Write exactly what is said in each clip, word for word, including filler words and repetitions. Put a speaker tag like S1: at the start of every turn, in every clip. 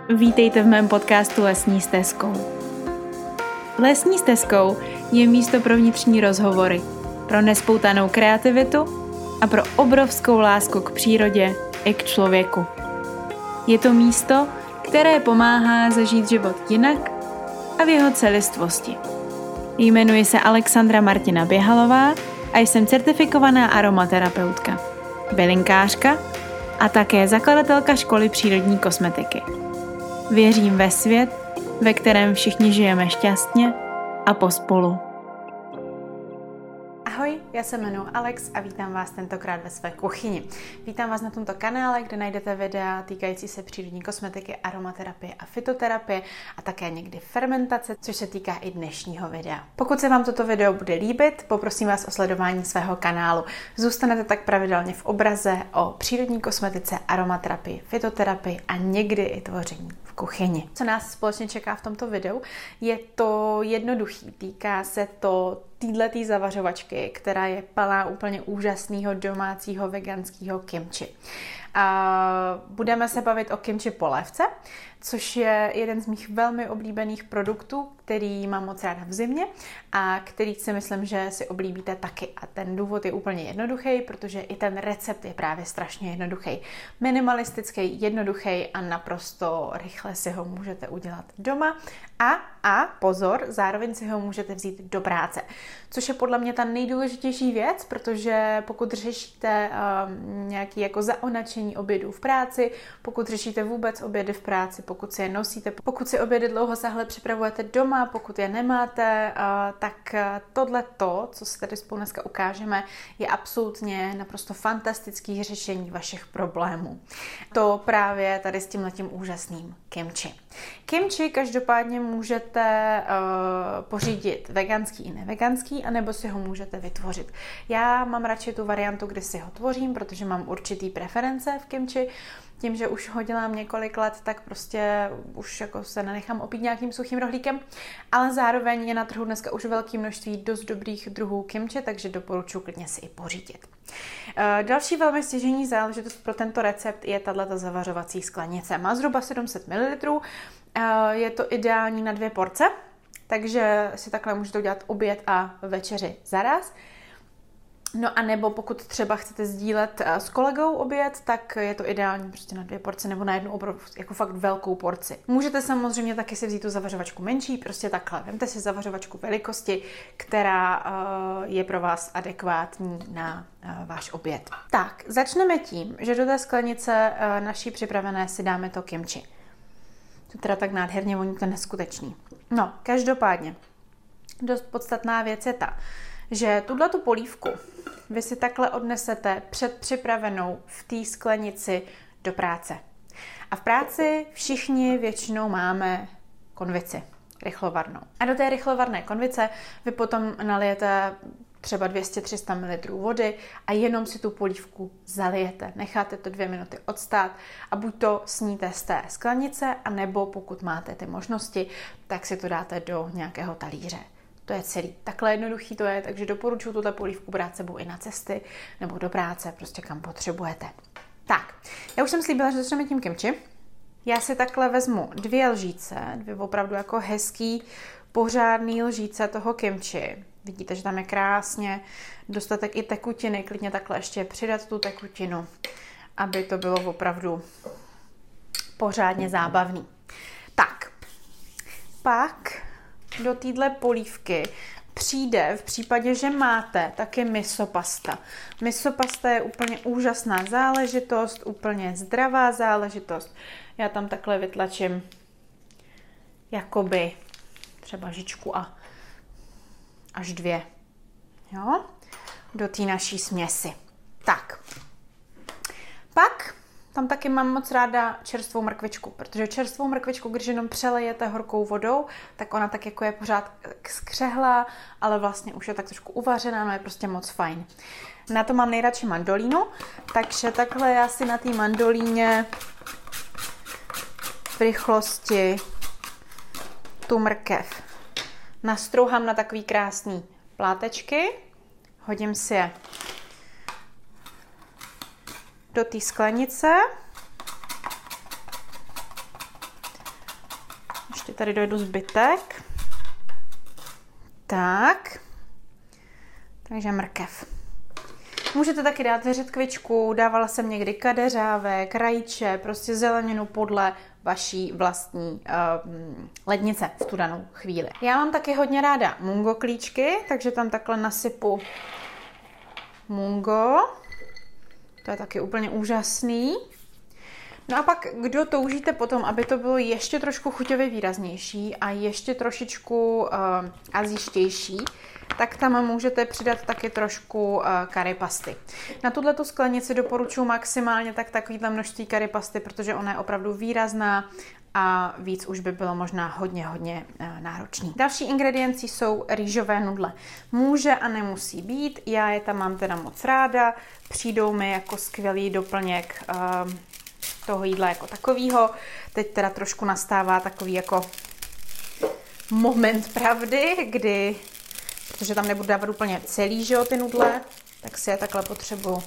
S1: Vítejte v mém podcastu Lesní stezkou. Lesní stezkou je místo pro vnitřní rozhovory, pro nespoutanou kreativitu a pro obrovskou lásku k přírodě i k člověku. Je to místo, které pomáhá zažít život jinak a v jeho celistvosti. Jmenuji se Alexandra Martina Běhalová a jsem certifikovaná aromaterapeutka, bylinkářka a také zakladatelka školy přírodní kosmetiky. Věřím ve svět, ve kterém všichni žijeme šťastně a pospolu. Ahoj, já se jmenuji Alex a vítám vás tentokrát ve své kuchyni. Vítám vás na tomto kanále, kde najdete videa týkající se přírodní kosmetiky, aromaterapie a fytoterapie a také někdy fermentace, což se týká i dnešního videa. Pokud se vám toto video bude líbit, poprosím vás o sledování svého kanálu. Zůstanete tak pravidelně v obraze o přírodní kosmetice, aromaterapii, fytoterapii a někdy i tvoření v kuchyni. Co nás společně čeká v tomto videu, je to jednoduchý. Týká se to týhletý zavařovačky, která je plná úplně úžasného domácího veganského kimchi. A budeme se bavit o kimchi polévce, což je jeden z mých velmi oblíbených produktů, který mám moc ráda v zimě a který si myslím, že si oblíbíte taky. A ten důvod je úplně jednoduchý, protože i ten recept je právě strašně jednoduchý. Minimalistický, jednoduchý a naprosto rychle si ho můžete udělat doma. A, a pozor, zároveň si ho můžete vzít do práce. Což je podle mě ta nejdůležitější věc, protože pokud řešíte um, nějaký jako zaonačení obědů v práci, pokud řešíte vůbec obědy v práci, pokud si je nosíte, pokud si obědy dlouho sáhle připravujete doma, pokud je nemáte, uh, tak tohleto, co si tady spolu dneska ukážeme, je absolutně naprosto fantastické řešení vašich problémů. To právě tady s tímhletím úžasným kimchi. Kimchi každopádně můžete uh, pořídit veganský i neveganský, anebo si ho můžete vytvořit. Já mám radši tu variantu, kdy si ho tvořím, protože mám určitý preference v kimchi. Tím, že už ho dělám několik let, tak prostě už jako se nenechám opít nějakým suchým rohlíkem, ale zároveň je na trhu dneska už velké množství dost dobrých druhů kimchi, takže doporučuji klidně si i pořídit. Další velmi stěžejní záležitost pro tento recept je tato zavařovací sklenice. Má zhruba sedm set mililitrů, je to ideální na dvě porce, takže si takhle můžete udělat oběd a večeři zaraz. No a nebo pokud třeba chcete sdílet s kolegou oběd, tak je to ideální prostě na dvě porce nebo na jednu opravdu jako fakt velkou porci. Můžete samozřejmě taky si vzít tu zavařovačku menší, prostě takhle. Vemte si zavařovačku velikosti, která uh, je pro vás adekvátní na uh, váš oběd. Tak, začneme tím, že do té sklenice uh, naší připravené si dáme to kimchi. To teda tak nádherně voní, to je neskutečný. No, každopádně, dost podstatná věc je ta, že tuhletu polívku vy si takhle odnesete předpřipravenou v té sklenici do práce. A v práci všichni většinou máme konvici rychlovarnou. A do té rychlovarné konvice vy potom nalijete třeba dvě stě až tři sta mililitrů vody a jenom si tu polívku zalijete. Necháte to dvě minuty odstát a buď to sníte z té sklenice, anebo pokud máte ty možnosti, tak si to dáte do nějakého talíře. To je celý. Takhle jednoduchý to je, takže doporučuji tuto polívku brát sebou i na cesty nebo do práce, prostě kam potřebujete. Tak, já už jsem slíbila, že začneme tím kimchi. Já si takhle vezmu dvě lžíce, dvě opravdu jako hezký, pořádný lžíce toho kimchi. Vidíte, že tam je krásně dostatek i tekutiny, klidně takhle ještě přidat tu tekutinu, aby to bylo opravdu pořádně zábavný. Tak, pak do téhle polívky přijde v případě, že máte taky miso pasta. Miso pasta je úplně úžasná záležitost, úplně zdravá záležitost. Já tam takhle vytlačím jakoby třeba žičku a až dvě, jo, do té naší směsi. Tak, pak tam taky mám moc ráda čerstvou mrkvičku, protože čerstvou mrkvičku, když jenom přelejete horkou vodou, tak ona tak jako je pořád skřehlá, ale vlastně už je tak trošku uvařená, no je prostě moc fajn. Na to mám nejradši mandolínu, takže takhle já si na té mandolíně v rychlosti tu mrkev nastrouhám na takový krásný plátečky, hodím si je do té sklenice Ještě tady dojedu zbytek. Tak. Takže mrkev. Můžete taky dát řetkvičku, dávala jsem někdy kadeřávek, rajče, prostě zeleninu podle vaší vlastní uh, lednice v tu danou chvíli. Já mám taky hodně ráda mungo klíčky, takže tam takhle nasypu mungo. To je taky úplně úžasný. No a pak, kdo toužíte potom, aby to bylo ještě trošku chuťově výraznější a ještě trošičku uh, azijštější, tak tam můžete přidat taky trošku uh, curry pasty. Na tuto sklenici doporučuji maximálně tak takovýhle množství curry pasty, protože ona je opravdu výrazná a víc už by bylo možná hodně, hodně uh, náročný. Další ingredienci jsou rýžové nudle. Může a nemusí být, já je tam mám teda moc ráda, přijdou mi jako skvělý doplněk uh, toho jídla jako takového. Teď teda trošku nastává takový jako moment pravdy, kdy, protože tam nebudu dávat úplně celý, že jo, ty nudle, tak si je takhle potřebuji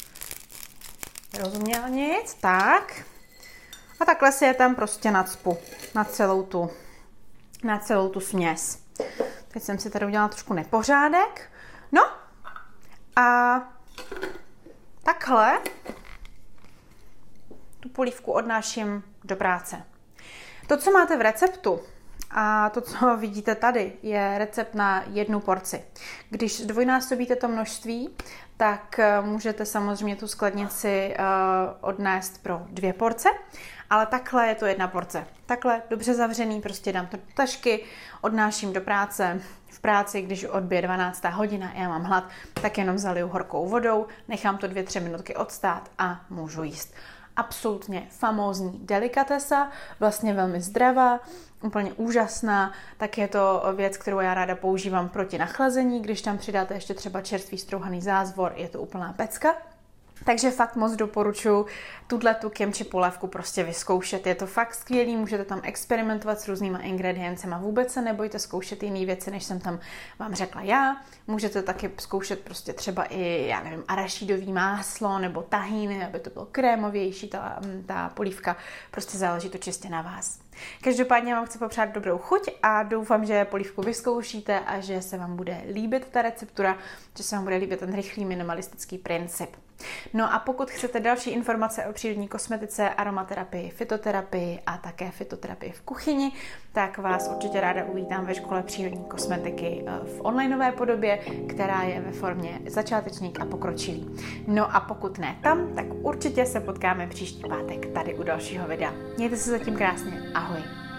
S1: rozmělnit, tak. A takhle si je tam prostě nacpu na celou tu, na celou tu směs. Teď jsem si tady udělala trošku nepořádek. No a takhle tu polívku odnáším do práce. To, co máte v receptu a to, co vidíte tady, je recept na jednu porci. Když zdvojnásobíte to množství, tak můžete samozřejmě tu skladnici odnést pro dvě porce, ale takhle je to jedna porce. Takhle dobře zavřený, prostě dám to do tašky, odnáším do práce. V práci, když odbije dvanáctá hodina, já mám hlad, tak jenom zaliju horkou vodou, nechám to dvě, tři minutky odstát a můžu jíst. Absolutně famózní delikatesa, vlastně velmi zdravá, úplně úžasná, tak je to věc, kterou já ráda používám proti nachlazení, když tam přidáte ještě třeba čerstvý strouhaný zázvor, je to úplná pecka. Takže fakt moc doporučuji tuto kimchi polévku prostě vyzkoušet. Je to fakt skvělý, můžete tam experimentovat s různýma ingrediencema. Vůbec se nebojte zkoušet jiné věci, než jsem tam vám řekla já. Můžete taky zkoušet prostě třeba i, já nevím, arašídový máslo nebo tahíny, aby to bylo krémovější, ta, ta polívka. Prostě záleží to čistě na vás. Každopádně vám chci popřát dobrou chuť a doufám, že polívku vyzkoušíte a že se vám bude líbit ta receptura, že se vám bude líbit ten rychlý minimalistický princip. No a pokud chcete další informace o přírodní kosmetice, aromaterapii, fytoterapii a také fytoterapii v kuchyni, tak vás určitě ráda uvítám ve škole přírodní kosmetiky v onlineové podobě, která je ve formě začátečník a pokročilý. No a pokud ne tam, tak určitě se potkáme příští pátek tady u dalšího videa. Mějte se zatím krásně. Ahoj.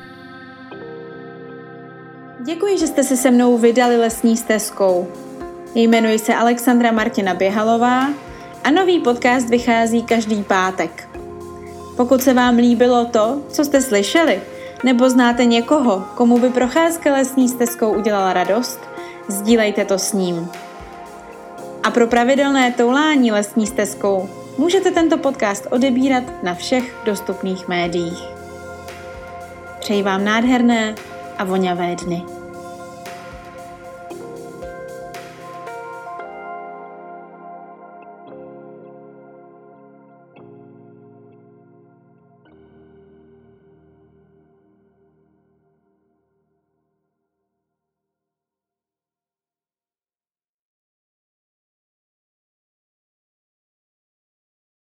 S2: Děkuji, že jste se se mnou vydali lesní stezkou. Jmenuji se Alexandra Martina Běhalová a nový podcast vychází každý pátek. Pokud se vám líbilo to, co jste slyšeli, nebo znáte někoho, komu by procházka lesní stezkou udělala radost, sdílejte to s ním. A pro pravidelné toulání lesní stezkou můžete tento podcast odebírat na všech dostupných médiích. Přeji vám nádherné a voňavé dny.